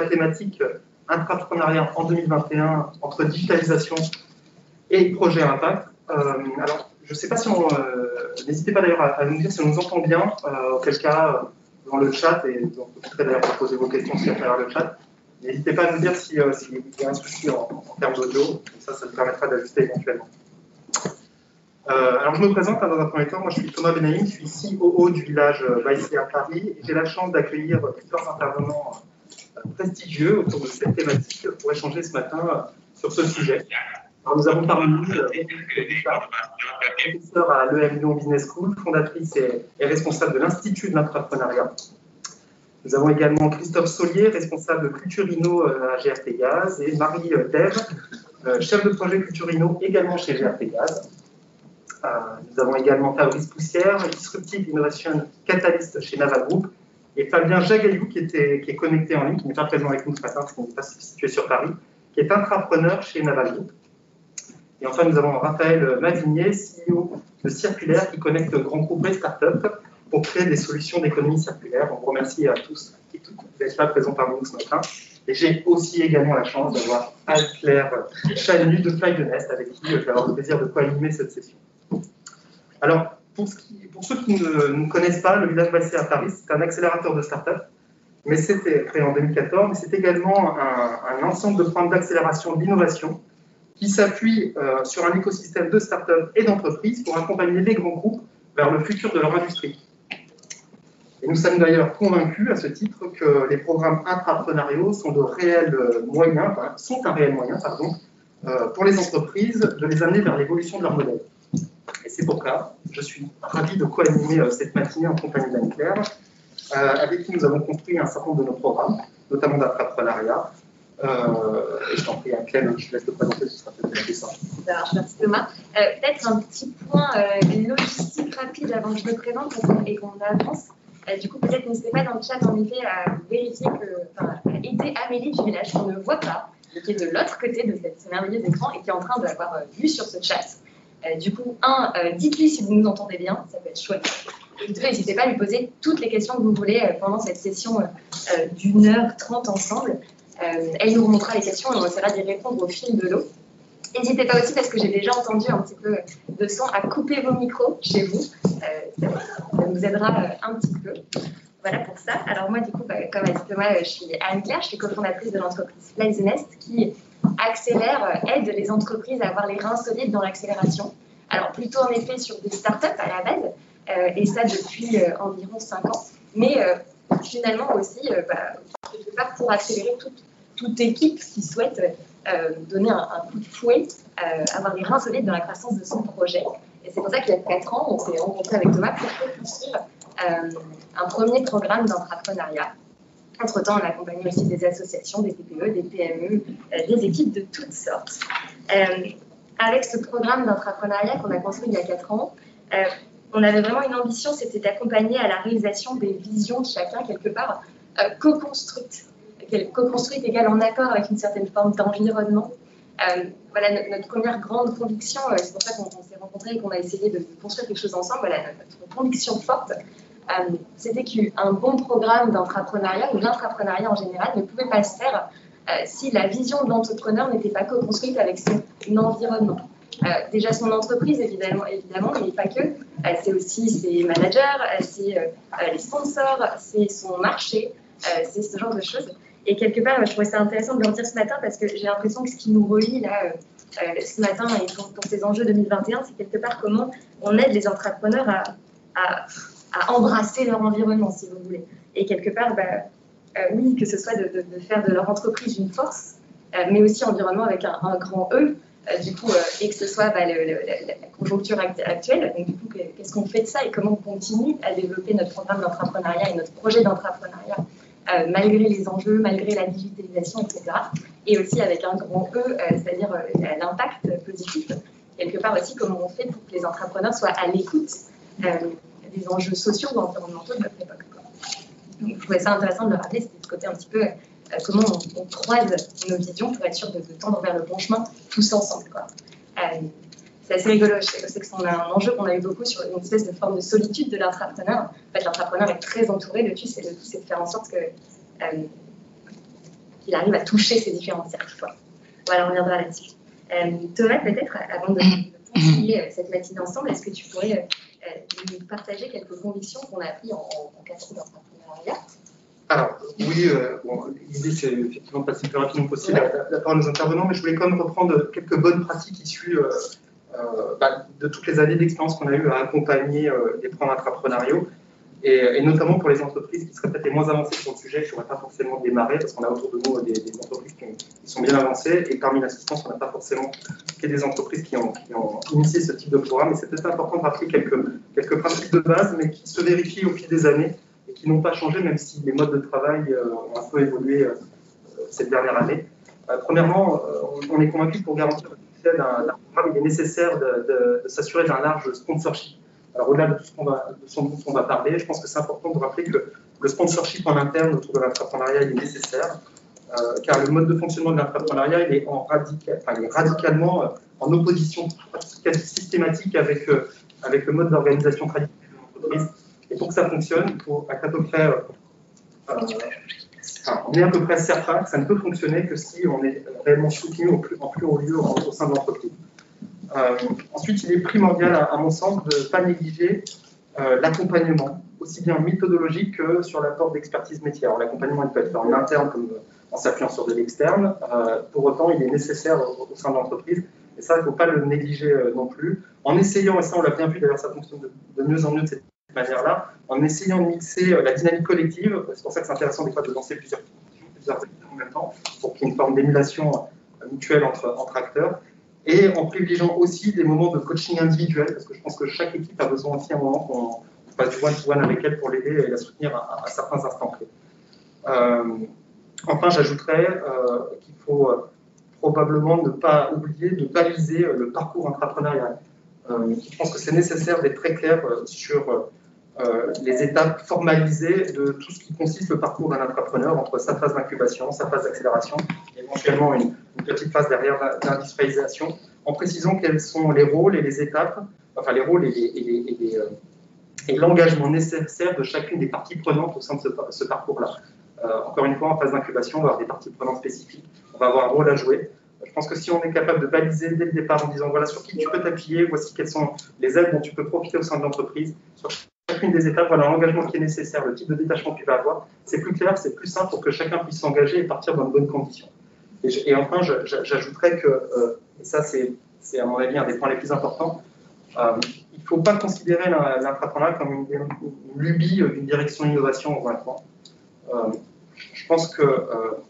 thématique intrapreneuriat en 2021 entre digitalisation et projet impact. Alors, je ne sais pas si on... N'hésitez pas d'ailleurs à nous dire si on nous entend bien, auquel cas, dans le chat, et donc vous pourrez d'ailleurs poser vos questions aussi à travers le chat. N'hésitez pas à nous dire s'il y a un souci en termes d'audio, ça nous permettra d'ajuster éventuellement. Alors je me présente dans un premier temps, moi je suis Thomas Benaïm, je suis COO du village Baïsé à Paris, et j'ai la chance d'accueillir plusieurs intervenants prestigieux autour de cette thématique pour échanger ce matin sur ce sujet. Alors, nous avons parmi nous professeure à l'EM Lyon Business School, fondatrice et responsable de l'Institut de l'entrepreneuriat. Nous avons également Christophe Solier, responsable de Culture Inno à GRT Gaz, et Marie Thève, chef de projet Culture Inno également chez GRT Gaz. Nous avons également Fabrice Poussière, Disruptive Innovation Catalyst chez Naval Group, et Fabien Jagaillou qui est connecté en ligne, qui n'est pas présent avec nous ce matin parce qu'il n'est pas situé sur Paris, qui est intrapreneur chez Naval Group. Et enfin, nous avons Raphaël Mavigné, CEO de Circulaire, qui connecte grands groupes et startups pour créer des solutions d'économie circulaire. On vous remercie à tous et toutes d'être là présents parmi nous ce matin. Et j'ai aussi également la chance d'avoir Anne-Claire Chanu de Fly the Nest, avec qui je vais avoir le plaisir de co-animer cette session. Alors, pour ceux qui ne connaissent pas, le village Baïsé à Paris, c'est un accélérateur de startups, mais c'était créé en 2014, mais c'est également un ensemble de programmes d'accélération de l'innovation qui s'appuie sur un écosystème de startups et d'entreprises pour accompagner les grands groupes vers le futur de leur industrie. Et nous sommes d'ailleurs convaincus à ce titre que les programmes intrapreneuriaux sont un réel moyen pour les entreprises de les amener vers l'évolution de leur modèle. Et c'est pourquoi je suis ravi de co-animer cette matinée en compagnie d'Anne-Claire, avec qui nous avons construit un certain nombre de nos programmes, notamment d'intrapreneuriat. Et je t'en prie, Anne-Claire, je te laisse te présenter, ce sera peut-être plus simple. Merci Thomas. Peut-être un petit point logistique rapide avant que je me présente et qu'on avance. Du coup, peut-être n'hésitez pas dans le chat en effet à vérifier à aider Amélie du village qu'on ne voit pas, qui est de l'autre côté de ce merveilleux écran et qui est en train de l'avoir vu sur ce chat. Du coup, dites-lui si vous nous entendez bien, ça peut être chouette. Et deux, n'hésitez pas à lui poser toutes les questions que vous voulez pendant cette session d'1h30 ensemble. Elle nous remontrera les questions et on essaiera d'y répondre au fil de l'eau. N'hésitez pas aussi, parce que j'ai déjà entendu un petit peu de son, à couper vos micros chez vous. Ça nous aidera un petit peu. Voilà pour ça. Alors moi, du coup, comme a dit Thomas, je suis Anne-Claire, je suis cofondatrice de l'entreprise Fly the Nest qui accélère, aide les entreprises à avoir les reins solides dans l'accélération. Alors plutôt en effet sur des startups à la base, et ça depuis environ 5 ans. Mais finalement aussi, quelque part pour accélérer toute équipe qui souhaite donner un coup de fouet, avoir les reins solides dans la croissance de son projet. Et c'est pour ça qu'il y a 4 ans, on s'est rencontré avec Thomas pour construire un premier programme d'entrepreneuriat. Entre-temps, on a accompagné aussi des associations, des TPE, des PME, des équipes de toutes sortes. Avec ce programme d'entrepreneuriat qu'on a construit il y a 4 ans, on avait vraiment une ambition, c'était d'accompagner à la réalisation des visions de chacun, quelque part, co-construites égale en accord avec une certaine forme d'environnement. Voilà notre première grande conviction, c'est pour ça qu'on s'est rencontrés et qu'on a essayé de construire quelque chose ensemble. Voilà notre conviction forte, c'était qu'un bon programme d'entrepreneuriat ou l'intrapreneuriat en général ne pouvait pas se faire si la vision de l'entrepreneur n'était pas co-construite avec son environnement. Déjà son entreprise, évidemment, mais pas que. C'est aussi ses managers, c'est les sponsors, c'est son marché, c'est ce genre de choses. Et quelque part, je trouvais ça intéressant de le dire ce matin parce que j'ai l'impression que ce qui nous relie là, ce matin et pour ces enjeux 2021, c'est quelque part comment on aide les entrepreneurs à embrasser leur environnement, si vous voulez. Et quelque part, oui, que ce soit de faire de leur entreprise une force, mais aussi environnement avec un grand E, du coup, et que ce soit la conjoncture actuelle. Donc, du coup, qu'est-ce qu'on fait de ça et comment on continue à développer notre programme d'entrepreneuriat et notre projet d'entrepreneuriat malgré les enjeux, malgré la digitalisation, etc. Et aussi avec un grand E, c'est-à-dire l'impact positif. Quelque part aussi, comment on fait pour que les entrepreneurs soient à l'écoute des enjeux sociaux ou environnementaux de notre époque. Donc, je trouvais ça intéressant de le rappeler, c'était ce côté un petit peu comment on croise nos visions pour être sûr de tendre vers le bon chemin tous ensemble. C'est assez rigolo, je sais que c'est un enjeu qu'on a eu beaucoup sur une espèce de forme de solitude de l'intrapreneur. En fait, l'intrapreneur est très entouré, le but c'est de faire en sorte que qu'il arrive à toucher ces différents circuits. Voilà, on reviendra là-dessus. Thomas, peut-être, avant de continuer cette matinée ensemble, est-ce que tu pourrais nous partager quelques convictions qu'on a apprises en 4 ans d'entrepreneuriat? Alors, oui, l'idée, c'est effectivement de passer le plus rapidement possible la parole aux intervenants, mais je voulais quand même reprendre quelques bonnes pratiques issues de toutes les années d'expérience qu'on a eu à accompagner les programmes intrapreneuriaux, et notamment pour les entreprises qui seraient peut-être les moins avancées sur le sujet, qui n'auraient pas forcément démarré, parce qu'on a autour de nous des entreprises qui sont bien avancées, et parmi l'assistance, on n'a pas forcément que des entreprises qui ont initié ce type de programme, et c'est peut-être important de rappeler quelques principes de base, mais qui se vérifient au fil des années, et qui n'ont pas changé, même si les modes de travail ont un peu évolué cette dernière année. Premièrement, on est convaincu que pour garantir le succès d'un programme, il est nécessaire de s'assurer d'un large sponsorship. Alors, au-delà de tout ce dont on va parler, je pense que c'est important de rappeler que le sponsorship en interne autour de l'entrepreneuriat est nécessaire, car le mode de fonctionnement de l'entrepreneuriat il est radicalement en opposition quasi systématique avec le mode d'organisation traditionnel de l'entreprise. Et pour que ça fonctionne, il faut à peu près, on est à peu près certain que ça ne peut fonctionner que si on est réellement soutenu en plus haut lieu au sein de l'entreprise. Ensuite, il est primordial, à mon sens, de ne pas négliger l'accompagnement, aussi bien méthodologique que sur l'apport d'expertise métier. Alors, l'accompagnement, il peut être fait en interne comme en s'appuyant sur de l'externe. Pour autant, il est nécessaire au sein de l'entreprise. Et ça, il ne faut pas le négliger non plus. En essayant, et ça, on l'a bien vu, d'ailleurs, ça fonctionne de mieux en mieux de cette manière-là, en essayant de mixer la dynamique collective. C'est pour ça que c'est intéressant des fois de lancer plusieurs acteurs en même temps, pour qu'il y ait une forme d'émulation mutuelle entre acteurs. Et en privilégiant aussi des moments de coaching individuel, parce que je pense que chaque équipe a besoin aussi à un moment qu'on fasse du one-to-one avec elle pour l'aider et la soutenir à certains instants clés. Enfin, j'ajouterais qu'il faut probablement ne pas oublier de baliser le parcours intrapreneurial. Je pense que c'est nécessaire d'être très clair sur les étapes formalisées de tout ce qui consiste le parcours d'un entrepreneur entre sa phase d'incubation, sa phase d'accélération, et éventuellement une petite phase derrière d'industrialisation, en précisant quels sont les rôles et les étapes, enfin les rôles et l'engagement nécessaire de chacune des parties prenantes au sein de ce parcours-là. Encore une fois, en phase d'incubation, on va avoir des parties prenantes spécifiques, on va avoir un rôle à jouer. Je pense que si on est capable de baliser dès le départ en disant voilà sur qui tu peux t'appuyer, voici quelles sont les aides dont tu peux profiter au sein de l'entreprise, sur chacune des étapes, voilà l'engagement qui est nécessaire, le type de détachement que tu vas avoir, c'est plus clair, c'est plus simple pour que chacun puisse s'engager et partir dans de bonnes conditions. Et enfin, j'ajouterais que, et ça c'est à mon avis un des points les plus importants, il ne faut pas considérer l'intrapreneuriat comme une lubie d'une direction innovation ou un point. Je pense que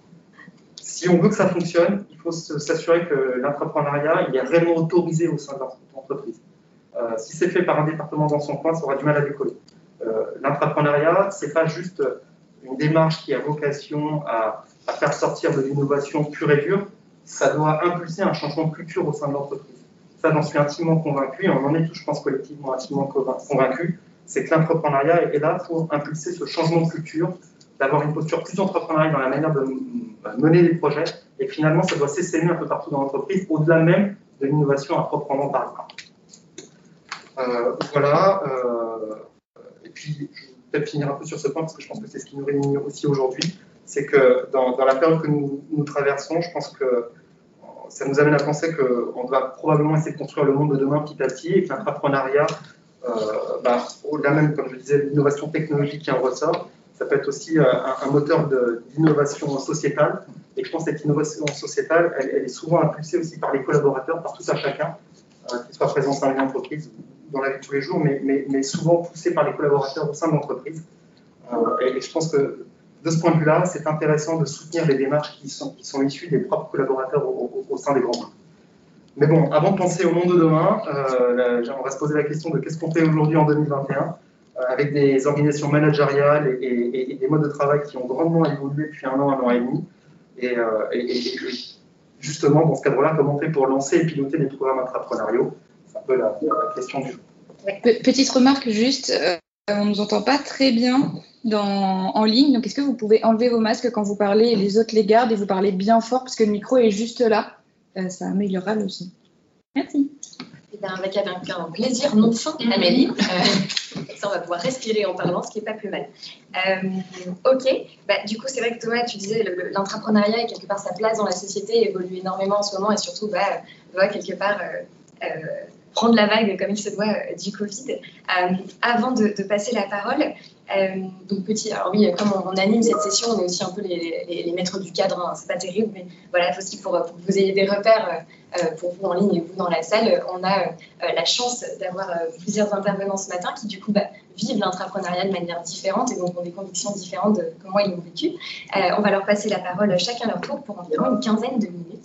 si on veut que ça fonctionne, il faut s'assurer que l'entrepreneuriat il est réellement autorisé au sein de l'entreprise. Si c'est fait par un département dans son coin, ça aura du mal à décoller. L'entrepreneuriat, ce n'est pas juste une démarche qui a vocation à faire sortir de l'innovation pure et dure, ça doit impulser un changement de culture au sein de l'entreprise. Ça, j'en suis intimement convaincu, et on en est tous, je pense, collectivement intimement convaincus, c'est que l'entrepreneuriat est là pour impulser ce changement de culture, d'avoir une posture plus entrepreneuriale dans la manière de mener les projets, et finalement, ça doit s'essaimer un peu partout dans l'entreprise, au-delà même de l'innovation à proprement parler. Voilà. Et puis, je vais peut-être finir un peu sur ce point, parce que je pense que c'est ce qui nous réunit aussi aujourd'hui, c'est que dans la période que nous traversons, je pense que ça nous amène à penser qu'on doit probablement essayer de construire le monde de demain petit à petit, et que l'entrepreneuriat, au-delà même, comme je disais, l'innovation technologique qui en ressort, ça peut être aussi un moteur d'innovation sociétale. Et je pense que cette innovation sociétale, elle est souvent impulsée aussi par les collaborateurs, par tout un chacun, qu'ils soient présents au sein de l'entreprise, dans la vie de tous les jours, mais souvent poussée par les collaborateurs au sein de l'entreprise. Et je pense que de ce point de vue-là, c'est intéressant de soutenir les démarches qui sont issues des propres collaborateurs au sein des grands groupes. Mais bon, avant de penser au monde de demain, on va se poser la question de qu'est-ce qu'on fait aujourd'hui en 2021 avec des organisations managériales et des modes de travail qui ont grandement évolué depuis un an et demi. Et justement, dans ce cadre-là, comment on fait pour lancer et piloter des programmes intrapreneuriaux? C'est un peu la question du jour. Petite remarque juste, on ne nous entend pas très bien en ligne, donc est-ce que vous pouvez enlever vos masques quand vous parlez et les autres les gardent et vous parlez bien fort parce que le micro est juste là, ça améliorera le son. Merci. Avec un plaisir non fin, Amélie. Ça, on va pouvoir respirer en parlant, ce qui n'est pas plus mal. Ok, du coup, c'est vrai que Thomas, tu disais l'entrepreneuriat et quelque part sa place dans la société évolue énormément en ce moment et surtout, doit quelque part prendre la vague comme il se doit du Covid. Avant de passer la parole, donc alors oui, comme on anime cette session, on est aussi un peu les maîtres du cadre, hein, c'est pas terrible, mais voilà, aussi pour que vous ayez des repères pour vous en ligne et vous dans la salle, on a la chance d'avoir plusieurs intervenants ce matin qui du coup vivent l'entrepreneuriat de manière différente et donc ont des convictions différentes de comment ils l'ont vécu. On va leur passer la parole chacun leur tour pour environ une quinzaine de minutes.